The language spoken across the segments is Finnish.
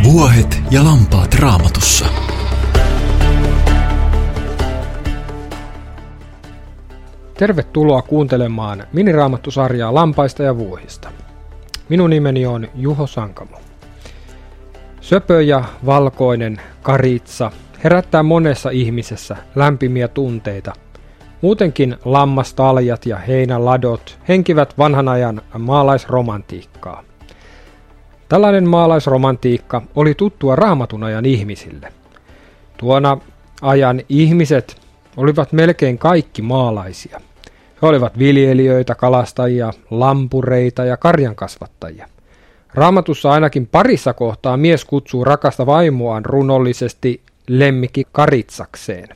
Vuohet ja lampaat Raamatussa. Tervetuloa kuuntelemaan miniraamattusarjaa lampaista ja vuohista. Minun nimeni on Juho Sankamo. Söpö ja valkoinen karitsa herättää monessa ihmisessä lämpimiä tunteita. Muutenkin lammastaljat ja heinäladot henkivät vanhan ajan maalaisromantiikkaa. Tällainen maalaisromantiikka oli tuttua Raamatun ajan ihmisille. Tuona ajan ihmiset olivat melkein kaikki maalaisia. He olivat viljelijöitä, kalastajia, lampureita ja karjankasvattajia. Raamatussa ainakin parissa kohtaa mies kutsuu rakasta vaimoaan runollisesti lemmikki karitsakseen.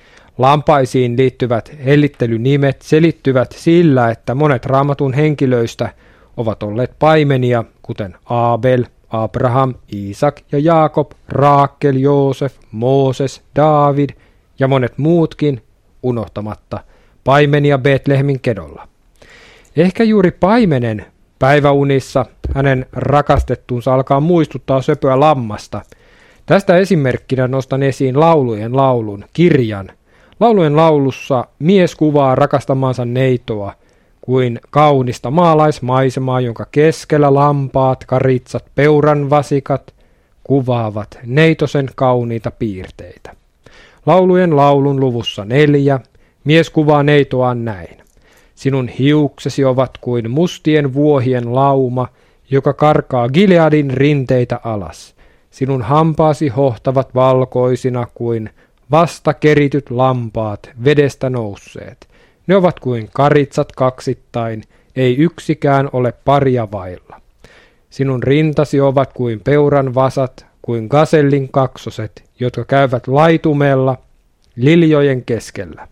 Lampaisiin liittyvät hellittelynimet selittyvät sillä, että monet Raamatun henkilöistä ovat olleet paimenia, kuten Abel, Abraham, Iisak ja Jaakob, Raakel, Joosef, Mooses, Daavid ja monet muutkin, unohtamatta paimenia Betlehemin kedolla. Ehkä juuri paimenen päiväunissa hänen rakastettuunsa alkaa muistuttaa söpöä lammasta. Tästä esimerkkinä nostan esiin Laulujen laulun kirjan. Laulujen laulussa mies kuvaa rakastamansa neitoa kuin kaunista maalaismaisemaa, jonka keskellä lampaat, karitsat, peuran vasikat kuvaavat neitosen kauniita piirteitä. Laulujen laulun luvussa 4 mies kuvaa neitoaan näin. Sinun hiuksesi ovat kuin mustien vuohien lauma, joka karkaa Gileadin rinteitä alas. Sinun hampaasi hohtavat valkoisina kuin vasta kerityt lampaat vedestä nousseet. Ne ovat kuin karitsat kaksittain, ei yksikään ole paria vailla. Sinun rintasi ovat kuin peuran vasat, kuin gasellin kaksoset, jotka käyvät laitumella liljojen keskellä.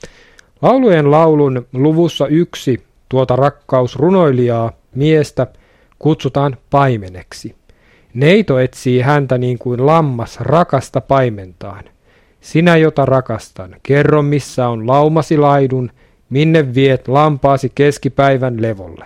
Laulujen laulun luvussa 1 tuota rakkausrunoilijaa miestä kutsutaan paimeneksi. Neito etsii häntä niin kuin lammas rakasta paimentaan. Sinä, jota rakastan, kerro missä on laumasi laidun, minne viet lampaasi keskipäivän levolle.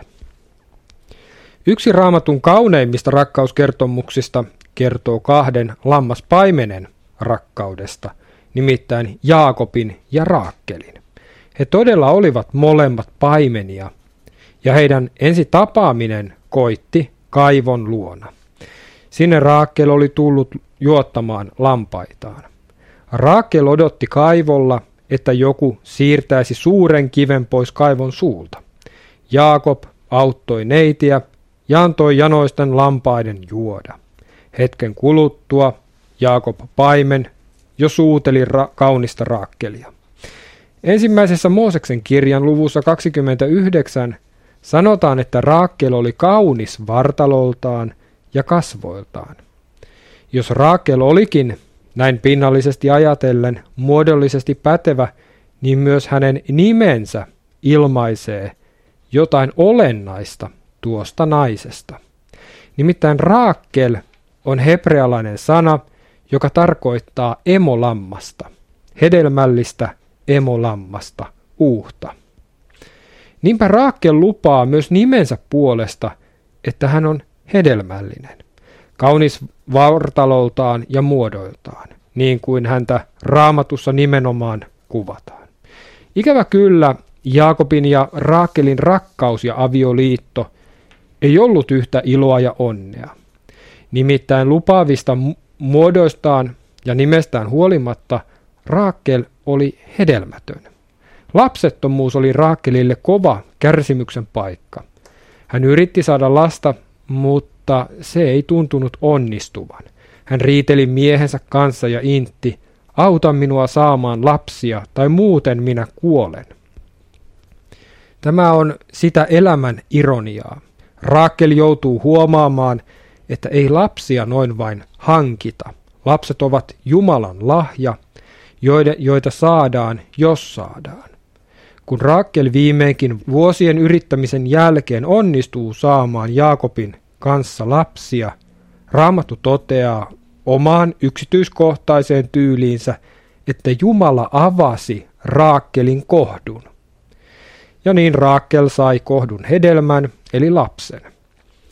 Yksi Raamatun kauneimmista rakkauskertomuksista kertoo 2 lammaspaimenen rakkaudesta, nimittäin Jaakobin ja Raakelin. He todella olivat molemmat paimenia, ja heidän ensi tapaaminen koitti kaivon luona. Sinne Raakel oli tullut juottamaan lampaitaan. Raakel odotti kaivolla, että joku siirtäisi suuren kiven pois kaivon suulta. Jaakob auttoi neitiä ja antoi janoisten lampaiden juoda. Hetken kuluttua Jaakob paimen jo suuteli kaunista Raakelia. Ensimmäisessä Mooseksen kirjan luvussa 29 sanotaan, että Raakel oli kaunis vartaloltaan ja kasvoiltaan. Jos Raakel olikin näin pinnallisesti ajatellen muodollisesti pätevä, niin myös hänen nimensä ilmaisee jotain olennaista tuosta naisesta. Nimittäin Raakel on hebrealainen sana, joka tarkoittaa emolammasta, hedelmällistä emolammasta, uuhta. Niinpä Raakel lupaa myös nimensä puolesta, että hän on hedelmällinen, kaunis vartaloltaan ja muodoiltaan, niin kuin häntä Raamatussa nimenomaan kuvataan. Ikävä kyllä, Jaakobin ja Raakelin rakkaus ja avioliitto ei ollut yhtä iloa ja onnea. Nimittäin lupaavista muodoistaan ja nimestään huolimatta Raakel oli hedelmätön. Lapsettomuus oli Raakelille kova kärsimyksen paikka. Hän yritti saada lasta, mutta se ei tuntunut onnistuvan. Hän riiteli miehensä kanssa ja intti, auta minua saamaan lapsia tai muuten minä kuolen. Tämä on sitä elämän ironiaa. Raakel joutuu huomaamaan, että ei lapsia noin vain hankita. Lapset ovat Jumalan lahja, joita saadaan, jos saadaan. Kun Raakel viimeinkin vuosien yrittämisen jälkeen onnistuu saamaan Jaakobin kanssa lapsia, Raamattu toteaa omaan yksityiskohtaiseen tyyliinsä, että Jumala avasi Raakelin kohdun. Ja niin Raakel sai kohdun hedelmän, eli lapsen.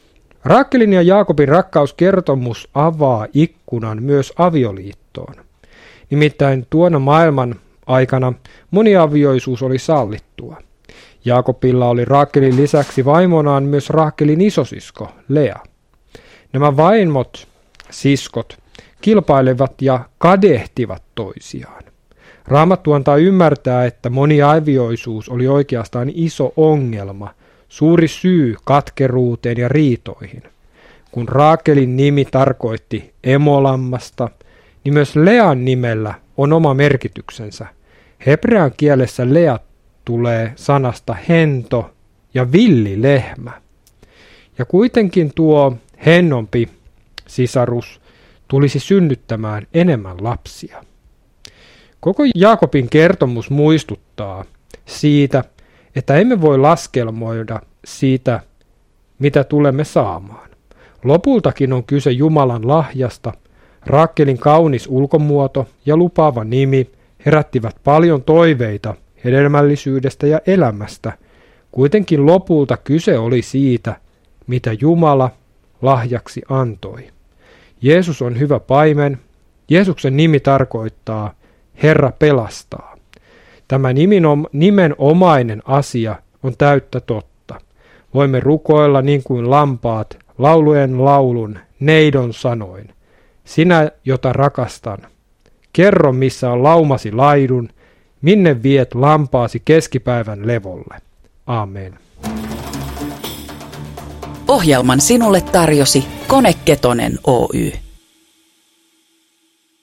Raakelin ja Jaakobin rakkauskertomus avaa ikkunan myös avioliittoon. Nimittäin tuona maailman aikana moniavioisuus oli sallittua. Jaakobilla oli Raakelin lisäksi vaimonaan myös Raakelin isosisko Lea. Nämä vaimot, siskot, kilpailevat ja kadehtivat toisiaan. Raamattu antaa ymmärtää, että moniavioisuus oli oikeastaan iso ongelma, suuri syy katkeruuteen ja riitoihin. Kun Raakelin nimi tarkoitti emolammasta, niin myös Lean nimellä on oma merkityksensä. Hebrean kielessä Lea tulee sanasta hento ja villilehmä. Ja kuitenkin tuo hennompi sisarus tulisi synnyttämään enemmän lapsia. Koko Jaakobin kertomus muistuttaa siitä, että emme voi laskelmoida siitä, mitä tulemme saamaan. Lopultakin on kyse Jumalan lahjasta. Raakelin kaunis ulkomuoto ja lupaava nimi herättivät paljon toiveita hedelmällisyydestä ja elämästä. Kuitenkin lopulta kyse oli siitä, mitä Jumala lahjaksi antoi. Jeesus on hyvä paimen. Jeesuksen nimi tarkoittaa Herra pelastaa. Tämä nimenomainen asia on täyttä totta. Voimme rukoilla niin kuin lampaat laulujen laulun neidon sanoin. Sinä, jota rakastan, kerro missä on laumasi laidun, minne viet lampaasi keskipäivän levolle. Aamen. Ohjelman sinulle tarjosi Kone Ketonen Oy.